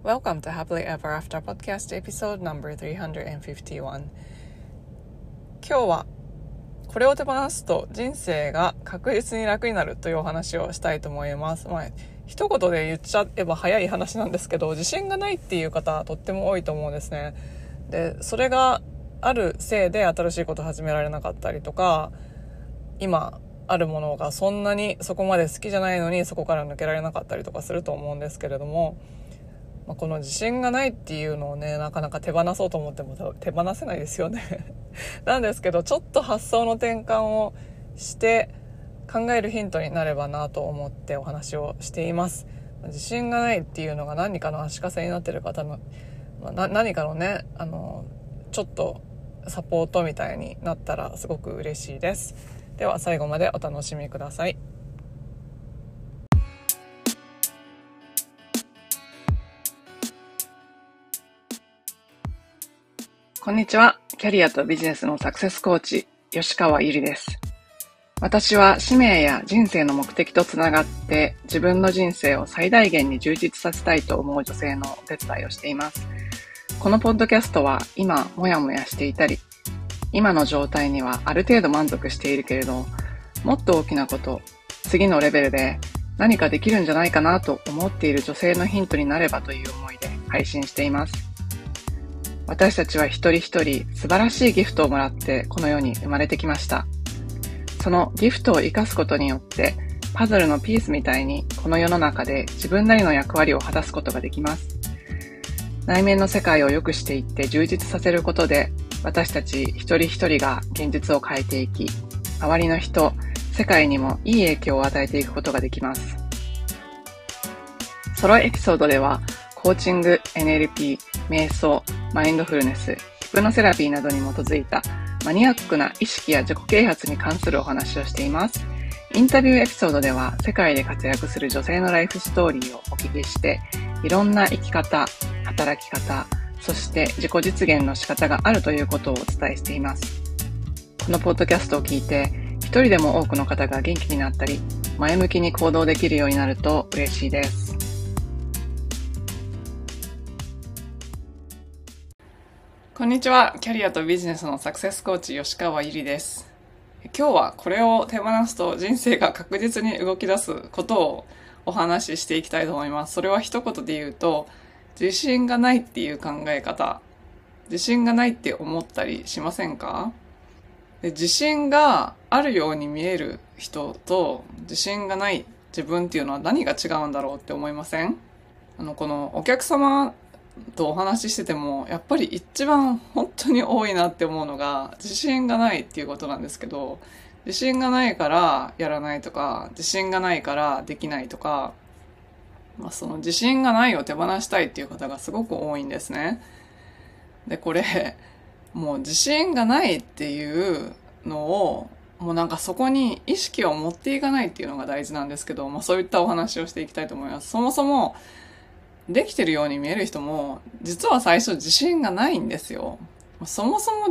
Welcome to Happily Ever After Podcast Episode No.351。今日はこれを手放すと人生が確実に楽になるというお話をしたいと思います。一言で言っちゃえば早い話なんですけど、自信がないっていう方とっても多いと思うんですね。で、それがあるせいで新しいことを始められなかったりとか、今あるものがそんなにそこまで好きじゃないのにそこから抜けられなかったりとかすると思うんですけれども、この自信がないっていうのをね、なかなか手放そうと思っても手放せないですよねなんですけど、ちょっと発想の転換をして考えるヒントになればなと思ってお話をしています。自信がないっていうのが何かの足かせになっている方の、何かのね、ちょっとサポートみたいになったらすごく嬉しいです。では最後までお楽しみください。こんにちは。キャリアとビジネスのサクセスコーチ、吉川ゆりです。私は使命や人生の目的とつながって自分の人生を最大限に充実させたいと思う女性のお手伝いをしています。このポッドキャストは今もやもやしていたり、今の状態にはある程度満足しているけれど、もっと大きなこと、次のレベルで何かできるんじゃないかなと思っている女性のヒントになればという思いで配信しています。私たちは一人一人素晴らしいギフトをもらってこの世に生まれてきました。そのギフトを生かすことによってパズルのピースみたいにこの世の中で自分なりの役割を果たすことができます。内面の世界を良くしていって充実させることで私たち一人一人が現実を変えていき、周りの人、世界にもいい影響を与えていくことができます。ソロエピソードではコーチング、NLP、瞑想、マインドフルネス、ヒプノセラピーなどに基づいたマニアックな意識や自己啓発に関するお話をしています。インタビューエピソードでは世界で活躍する女性のライフストーリーをお聞きして、いろんな生き方、働き方、そして自己実現の仕方があるということをお伝えしています。このポッドキャストを聞いて、一人でも多くの方が元気になったり、前向きに行動できるようになると嬉しいです。こんにちは。キャリアとビジネスのサクセスコーチ、吉川ゆりです。今日はこれを手放すと人生が確実に動き出すことをお話ししていきたいと思います。それは一言で言うと、自信がないっていう考え方、自信がないって思ったりしませんか？で、自信があるように見える人と自信がない自分っていうのは何が違うんだろうって思いません？このお客様とお話ししててもやっぱり一番本当に多いなって思うのが自信がないっていうことなんですけど、自信がないからやらないとか、自信がないからできないとか、その自信がないを手放したいっていう方がすごく多いんですね。で、これもう自信がないっていうのをもうなんかそこに意識を持っていかないっていうのが大事なんですけど、そういったお話をしていきたいと思います。そもそもできてるように見える人も実は最初自信がないんですよ。そもそも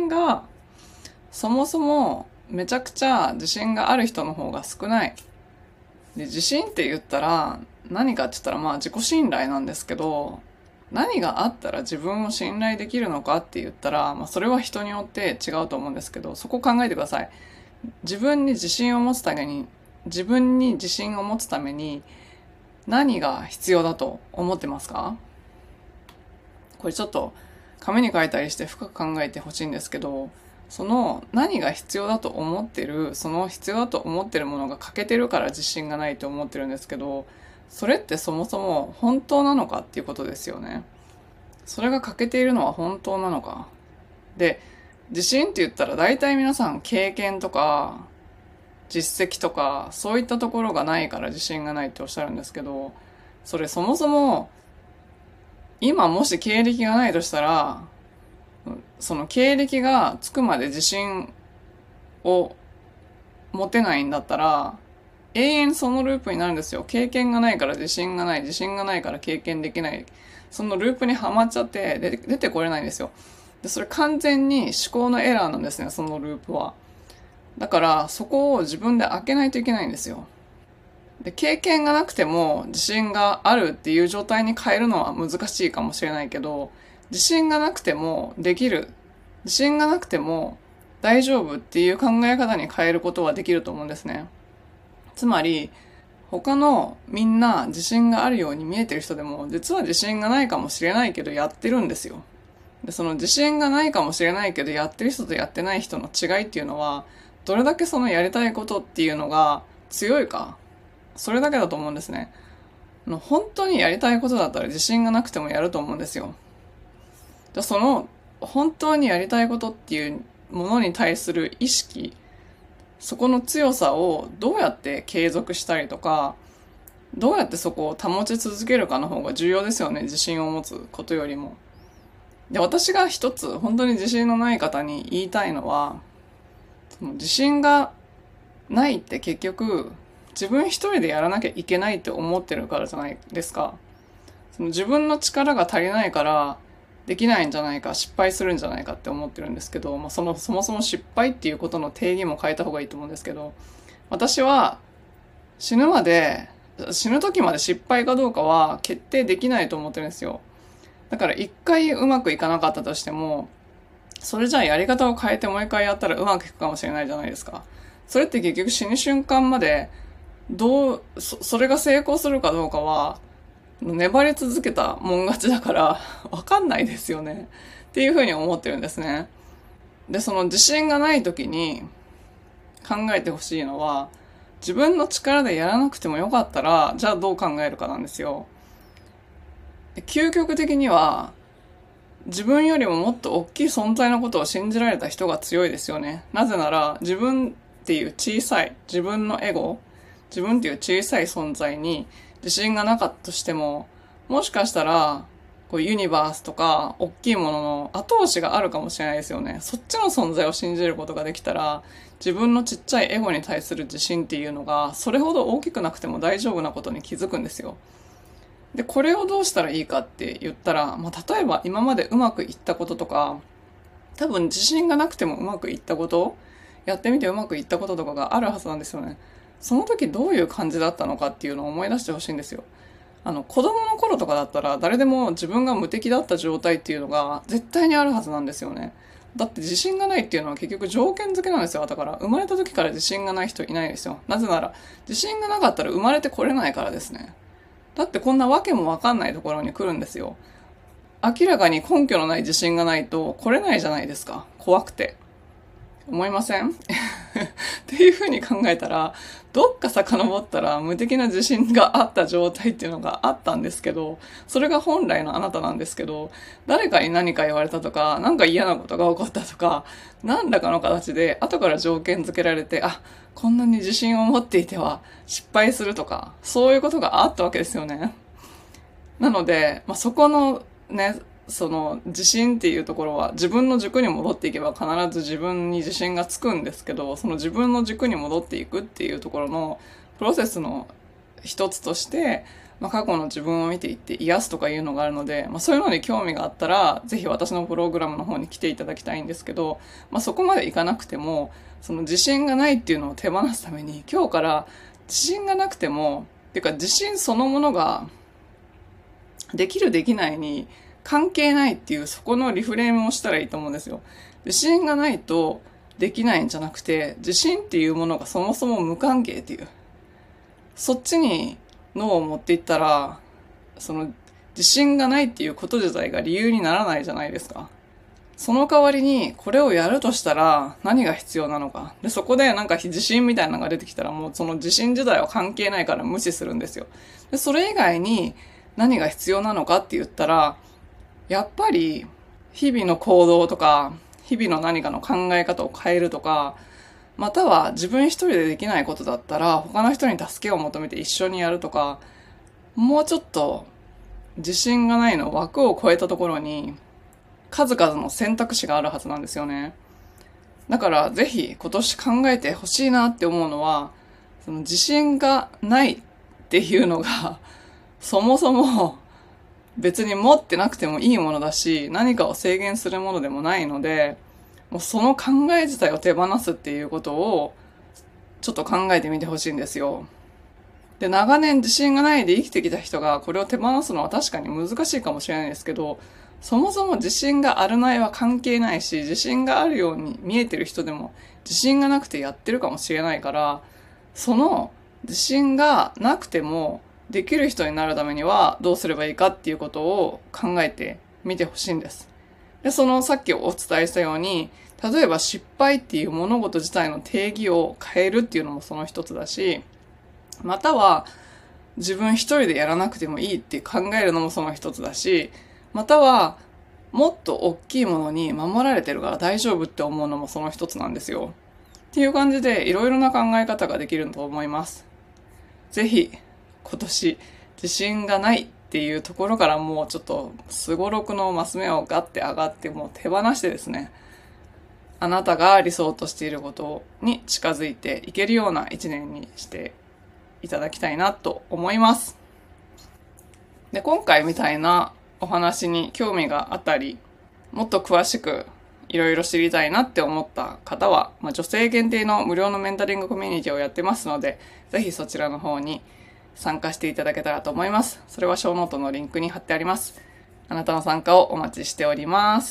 めちゃくちゃ自信がある人の方が少ない。で、自信って言ったら何かって言ったら自己信頼なんですけど、何があったら自分を信頼できるのかって言ったら、それは人によって違うと思うんですけど、そこ考えてください。自分に自信を持つために何が必要だと思ってますか？これちょっと紙に書いたりして深く考えてほしいんですけど、その何が必要だと思ってる、その必要だと思ってるものが欠けてるから自信がないと思ってるんですけど、それってそもそも本当なのかっていうことですよね。それが欠けているのは本当なのか。で、自信って言ったら大体皆さん経験とか実績とかそういったところがないから自信がないっておっしゃるんですけど、それそもそも今もし経歴がないとしたら、その経歴がつくまで自信を持てないんだったら永遠そのループになるんですよ。経験がないから自信がない、自信がないから経験できない、そのループにはまっちゃって出てこれないんですよ。で、それ完全に思考のエラーなんですね、そのループは。だからそこを自分で開けないといけないんですよ。 で、経験がなくても自信があるっていう状態に変えるのは難しいかもしれないけど、自信がなくてもできる。自信がなくても大丈夫っていう考え方に変えることはできると思うんですね。つまり、他のみんな自信があるように見えてる人でも、実は自信がないかもしれないけどやってるんですよ。で、その自信がないかもしれないけどやってる人とやってない人の違いっていうのは、どれだけそのやりたいことっていうのが強いか、それだけだと思うんですね。本当にやりたいことだったら自信がなくてもやると思うんですよ。じゃあその本当にやりたいことっていうものに対する意識、そこの強さをどうやって継続したりとか、どうやってそこを保ち続けるかの方が重要ですよね、自信を持つことよりも。で、私が一つ本当に自信のない方に言いたいのは、その自信がないって結局自分一人でやらなきゃいけないって思ってるからじゃないですか。その自分の力が足りないからできないんじゃないか、失敗するんじゃないかって思ってるんですけど、そもそも失敗っていうことの定義も変えた方がいいと思うんですけど、私は死ぬ時まで失敗かどうかは決定できないと思ってるんですよ。だから一回うまくいかなかったとしても、それじゃあやり方を変えてもう一回やったらうまくいくかもしれないじゃないですか。それって結局死ぬ瞬間までそれが成功するかどうかは粘り続けたもん勝ちだからわかんないですよねっていうふうに思ってるんですね。で、その自信がない時に考えてほしいのは、自分の力でやらなくてもよかったらじゃあどう考えるかなんですよ。究極的には自分よりももっと大きい存在のことを信じられた人が強いですよね。なぜなら自分っていう小さい自分のエゴ、自分っていう小さい存在に自信がなかったとしても、もしかしたらユニバースとか大きいものの後押しがあるかもしれないですよね。そっちの存在を信じることができたら、自分のちっちゃいエゴに対する自信っていうのがそれほど大きくなくても大丈夫なことに気づくんですよ。で、これをどうしたらいいかって言ったら、例えば今までうまくいったこととか、多分自信がなくてもうまくいったこと、やってみてうまくいったこととかがあるはずなんですよね。その時どういう感じだったのかっていうのを思い出してほしいんですよ。子供の頃とかだったら誰でも自分が無敵だった状態っていうのが絶対にあるはずなんですよね。だって自信がないっていうのは結局条件付けなんですよ。だから生まれた時から自信がない人いないですよ。なぜなら自信がなかったら生まれてこれないからですね。だってこんなわけもわかんないところに来るんですよ。明らかに根拠のない自信がないと来れないじゃないですか。怖くて。思いませんっていう風に考えたら、どっか遡ったら無敵な自信があった状態っていうのがあったんですけど、それが本来のあなたなんですけど、誰かに何か言われたとか、なんか嫌なことが起こったとか、何らかの形で後から条件付けられて、こんなに自信を持っていては失敗するとか、そういうことがあったわけですよね。なので、そこのね、その自信っていうところは自分の軸に戻っていけば必ず自分に自信がつくんですけど、その自分の軸に戻っていくっていうところのプロセスの一つとして、過去の自分を見ていって癒すとかいうのがあるので、そういうのに興味があったらぜひ私のプログラムの方に来ていただきたいんですけど、そこまでいかなくてもその自信がないっていうのを手放すために、今日から自信がなくてもっていうか自信そのものができるできないに関係ないっていう、そこのリフレームをしたらいいと思うんですよ。自信がないとできないんじゃなくて、自信っていうものがそもそも無関係っていう、そっちに脳を持っていったら、その自信がないっていうこと自体が理由にならないじゃないですか。その代わりにこれをやるとしたら何が必要なのか。で、そこでなんか自信みたいなのが出てきたら、もうその自信自体は関係ないから無視するんですよ。で、それ以外に何が必要なのかって言ったら、やっぱり日々の行動とか日々の何かの考え方を変えるとか、または自分一人でできないことだったら他の人に助けを求めて一緒にやるとか、もうちょっと自信がないの枠を超えたところに数々の選択肢があるはずなんですよね。だからぜひ今年考えてほしいなって思うのは、その自信がないっていうのがそもそも別に持ってなくてもいいものだし、何かを制限するものでもないので、もうその考え自体を手放すっていうことをちょっと考えてみてほしいんですよ。 で、長年自信がないで生きてきた人がこれを手放すのは確かに難しいかもしれないですけど、そもそも自信があるないは関係ないし、自信があるように見えてる人でも自信がなくてやってるかもしれないから、その自信がなくてもできる人になるためにはどうすればいいかっていうことを考えてみてほしいんです。で、そのさっきお伝えしたように、例えば失敗っていう物事自体の定義を変えるっていうのもその一つだし、または自分一人でやらなくてもいいって考えるのもその一つだし、またはもっと大きいものに守られてるから大丈夫って思うのもその一つなんですよ。っていう感じでいろいろな考え方ができると思います。ぜひ今年自信がないっていうところからもうちょっとすごろくのマス目をガッて上がってもう手放してですね、あなたが理想としていることに近づいていけるような一年にしていただきたいなと思います。で、今回みたいなお話に興味があったり、もっと詳しくいろいろ知りたいなって思った方は、女性限定の無料のメンタリングコミュニティをやってますので、ぜひそちらの方に参加していただけたらと思います。それはショーノートのリンクに貼ってあります。あなたの参加をお待ちしております。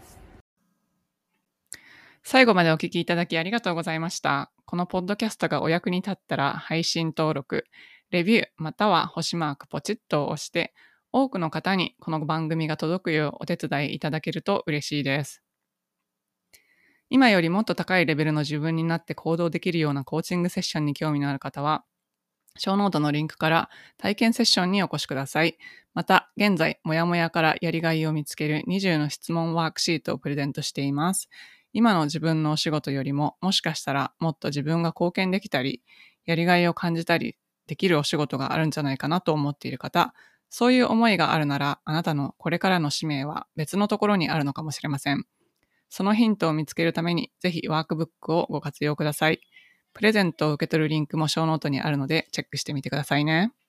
最後までお聞きいただきありがとうございました。このポッドキャストがお役に立ったら配信登録、レビューまたは星マークポチッとを押して多くの方にこの番組が届くようお手伝いいただけると嬉しいです。今よりもっと高いレベルの自分になって行動できるようなコーチングセッションに興味のある方は、ショーノートのリンクから体験セッションにお越しください。また、現在、もやもやからやりがいを見つける20の質問ワークシートをプレゼントしています。今の自分のお仕事よりも、もしかしたらもっと自分が貢献できたり、やりがいを感じたりできるお仕事があるんじゃないかなと思っている方、そういう思いがあるなら、あなたのこれからの使命は別のところにあるのかもしれません。そのヒントを見つけるために、ぜひワークブックをご活用ください。プレゼントを受け取るリンクもショーノートにあるので、チェックしてみてくださいね。